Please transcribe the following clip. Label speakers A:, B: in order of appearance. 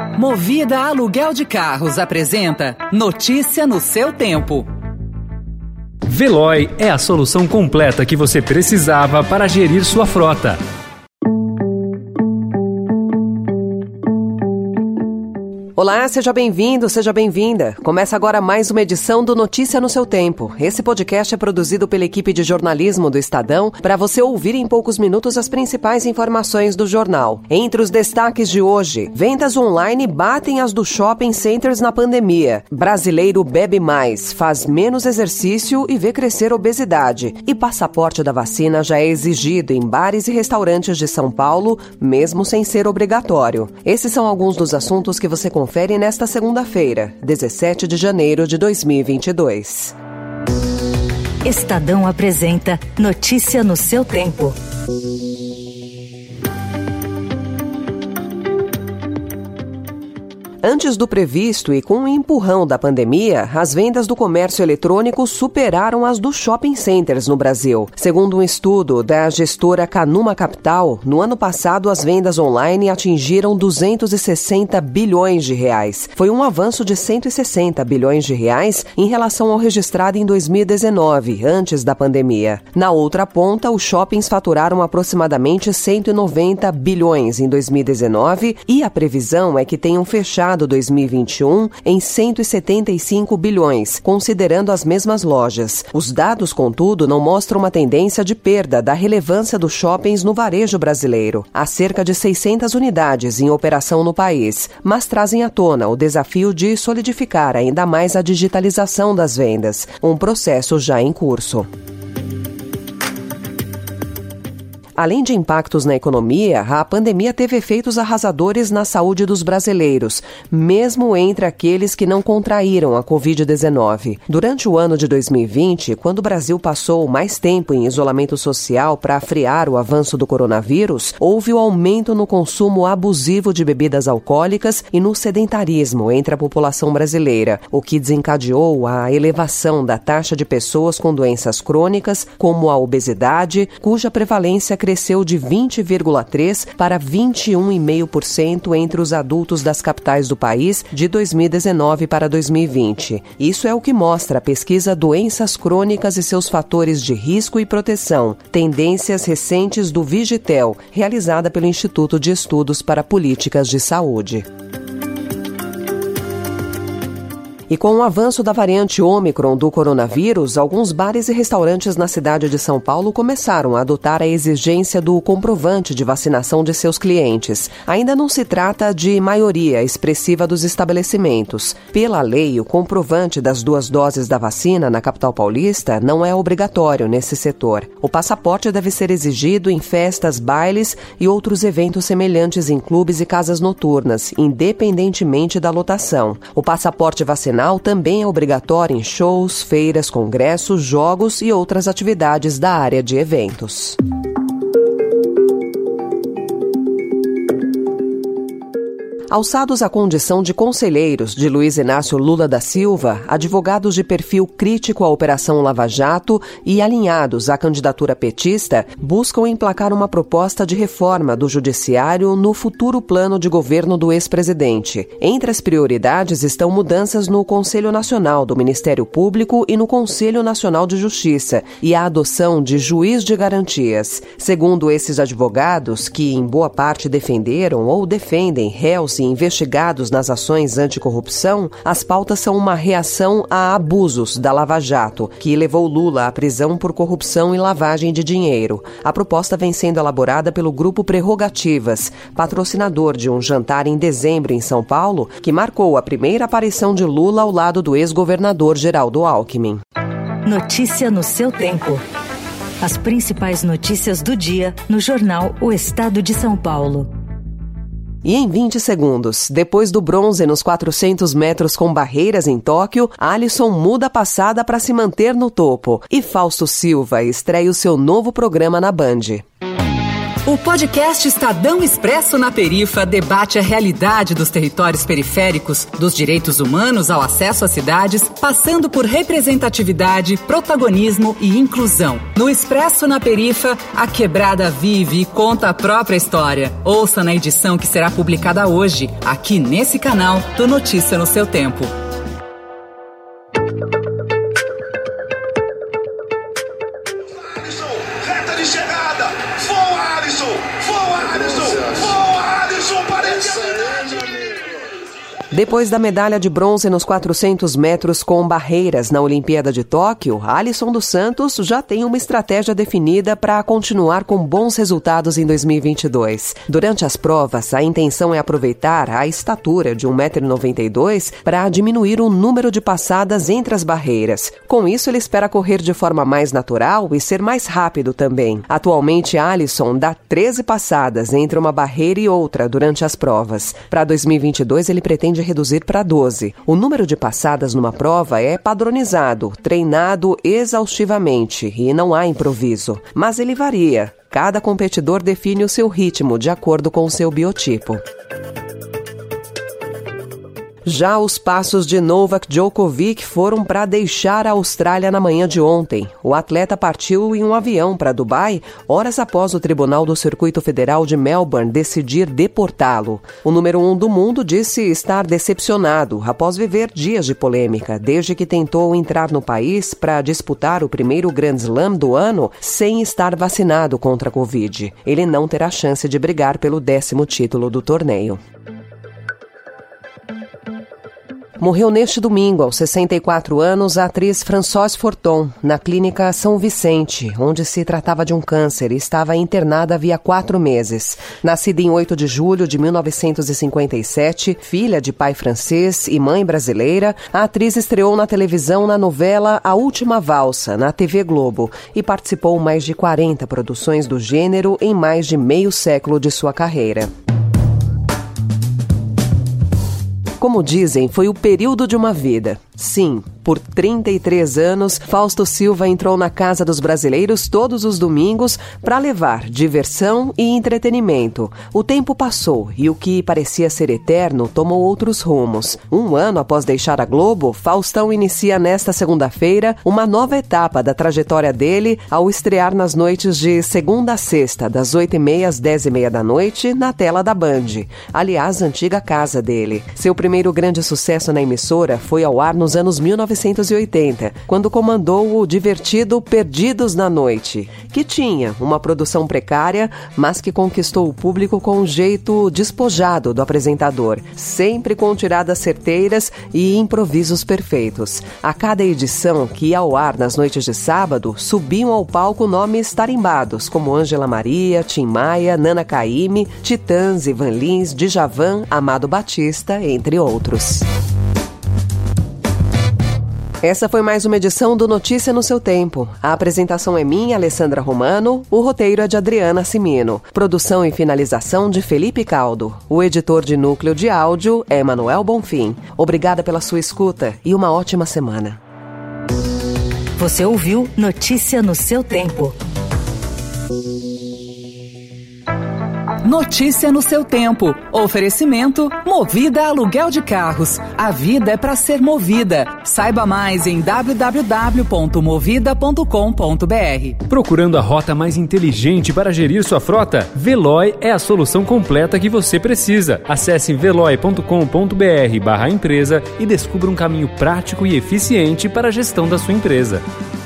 A: Movida Aluguel de Carros apresenta Notícia no seu tempo.
B: Veloy é a solução completa que você precisava para gerir sua frota.
C: Olá, seja bem-vindo, seja bem-vinda. Começa agora mais uma edição do Notícia no seu Tempo. Esse podcast é produzido pela equipe de jornalismo do Estadão para você ouvir em poucos minutos as principais informações do jornal. Entre os destaques de hoje, vendas online batem as do shopping centers na pandemia. Brasileiro bebe mais, faz menos exercício e vê crescer obesidade. E passaporte da vacina já é exigido em bares e restaurantes de São Paulo, mesmo sem ser obrigatório. Esses são alguns dos assuntos que você confere nesta segunda-feira, 17 de janeiro de 2022.
D: Estadão apresenta Notícia no seu tempo.
C: Antes do previsto e com o empurrão da pandemia, as vendas do comércio eletrônico superaram as dos shopping centers no Brasil. Segundo um estudo da gestora Canuma Capital, no ano passado as vendas online atingiram 260 bilhões de reais. Foi um avanço de 160 bilhões de reais em relação ao registrado em 2019, antes da pandemia. Na outra ponta, os shoppings faturaram aproximadamente 190 bilhões em 2019 e a previsão é que tenham fechado 2021 em 175 bilhões, considerando as mesmas lojas. Os dados, contudo, não mostram uma tendência de perda da relevância dos shoppings no varejo brasileiro. Há cerca de 600 unidades em operação no país, mas trazem à tona o desafio de solidificar ainda mais a digitalização das vendas, um processo já em curso. Além de impactos na economia, a pandemia teve efeitos arrasadores na saúde dos brasileiros, mesmo entre aqueles que não contraíram a Covid-19. Durante o ano de 2020, quando o Brasil passou mais tempo em isolamento social para frear o avanço do coronavírus, houve o aumento no consumo abusivo de bebidas alcoólicas e no sedentarismo entre a população brasileira, o que desencadeou a elevação da taxa de pessoas com doenças crônicas, como a obesidade, cuja prevalência cresceu de 20,3% para 21,5% entre os adultos das capitais do país de 2019 para 2020. Isso é o que mostra a pesquisa Doenças Crônicas e seus fatores de risco e proteção, tendências recentes do Vigitel, realizada pelo Instituto de Estudos para Políticas de Saúde. E com o avanço da variante Ômicron do coronavírus, alguns bares e restaurantes na cidade de São Paulo começaram a adotar a exigência do comprovante de vacinação de seus clientes. Ainda não se trata de maioria expressiva dos estabelecimentos. Pela lei, o comprovante das 2 doses da vacina na capital paulista não é obrigatório nesse setor. O passaporte deve ser exigido em festas, bailes e outros eventos semelhantes em clubes e casas noturnas, independentemente da lotação. O passaporte vacinal também é obrigatório em shows, feiras, congressos, jogos e outras atividades da área de eventos. Alçados à condição de conselheiros de Luiz Inácio Lula da Silva, advogados de perfil crítico à Operação Lava Jato e alinhados à candidatura petista, buscam emplacar uma proposta de reforma do Judiciário no futuro plano de governo do ex-presidente. Entre as prioridades estão mudanças no Conselho Nacional do Ministério Público e no Conselho Nacional de Justiça e a adoção de juiz de garantias. Segundo esses advogados, que em boa parte defenderam ou defendem réus investigados nas ações anticorrupção, as pautas são uma reação a abusos da Lava Jato, que levou Lula à prisão por corrupção e lavagem de dinheiro. A proposta vem sendo elaborada pelo Grupo Prerrogativas, patrocinador de um jantar em dezembro em São Paulo, que marcou a primeira aparição de Lula ao lado do ex-governador Geraldo Alckmin.
D: Notícia no seu tempo. As principais notícias do dia no jornal O Estado de São Paulo.
C: E em 20 segundos, depois do bronze nos 400 metros com barreiras em Tóquio, Alisson muda a passada para se manter no topo. E Fausto Silva estreia o seu novo programa na Band.
A: O podcast Estadão Expresso na Perifa debate a realidade dos territórios periféricos, dos direitos humanos ao acesso às cidades, passando por representatividade, protagonismo e inclusão. No Expresso na Perifa, a quebrada vive e conta a própria história. Ouça na edição que será publicada hoje, aqui nesse canal do Notícia no Seu Tempo.
C: Depois da medalha de bronze nos 400 metros com barreiras na Olimpíada de Tóquio, Alisson dos Santos já tem uma estratégia definida para continuar com bons resultados em 2022. Durante as provas, a intenção é aproveitar a estatura de 1,92 m para diminuir o número de passadas entre as barreiras. Com isso, ele espera correr de forma mais natural e ser mais rápido também. Atualmente, Alisson dá 13 passadas entre uma barreira e outra durante as provas. Para 2022, ele pretende reduzir para 12. O número de passadas numa prova é padronizado, treinado exaustivamente e não há improviso. Mas ele varia. Cada competidor define o seu ritmo de acordo com o seu biotipo. Já os passos de Novak Djokovic foram para deixar a Austrália na manhã de ontem. O atleta partiu em um avião para Dubai, horas após o Tribunal do Circuito Federal de Melbourne decidir deportá-lo. O número 1 do mundo disse estar decepcionado após viver dias de polêmica, desde que tentou entrar no país para disputar o primeiro Grand Slam do ano sem estar vacinado contra a Covid. Ele não terá chance de brigar pelo 10º título do torneio. Morreu neste domingo, aos 64 anos, a atriz Françoise Forton, na clínica São Vicente, onde se tratava de um câncer e estava internada havia 4 meses. Nascida em 8 de julho de 1957, filha de pai francês e mãe brasileira, a atriz estreou na televisão na novela A Última Valsa, na TV Globo, e participou em mais de 40 produções do gênero em mais de meio século de sua carreira. Como dizem, foi o período de uma vida. Sim, por 33 anos, Fausto Silva entrou na casa dos brasileiros todos os domingos para levar diversão e entretenimento. O tempo passou e o que parecia ser eterno tomou outros rumos. 1 ano após deixar a Globo, Faustão inicia nesta segunda-feira uma nova etapa da trajetória dele ao estrear nas noites de segunda a sexta, das 8h30 às 10h30 da noite, na tela da Band. Aliás, a antiga casa dele. Seu primeiro grande sucesso na emissora foi ao ar nos anos 1980, quando comandou o divertido Perdidos na Noite, que tinha uma produção precária, mas que conquistou o público com um jeito despojado do apresentador, sempre com tiradas certeiras e improvisos perfeitos. A cada edição, que ia ao ar nas noites de sábado, subiam ao palco nomes tarimbados, como Ângela Maria, Tim Maia, Nana Caymmi, Titãs, Ivan Lins, Djavan, Amado Batista, entre outros. Essa foi mais uma edição do Notícia no Seu Tempo. A apresentação é minha, Alessandra Romano, o roteiro é de Adriana Cimino. Produção e finalização de Felipe Caldo. O editor de núcleo de áudio é Manuel Bonfim. Obrigada pela sua escuta e uma ótima semana.
D: Você ouviu Notícia no Seu Tempo.
A: Notícia no Seu Tempo. Oferecimento Movida Aluguel de Carros. A vida é para ser movida. Saiba mais em www.movida.com.br.
B: Procurando a rota mais inteligente para gerir sua frota? Veloy é a solução completa que você precisa. Acesse veloy.com.br/empresa e descubra um caminho prático e eficiente para a gestão da sua empresa.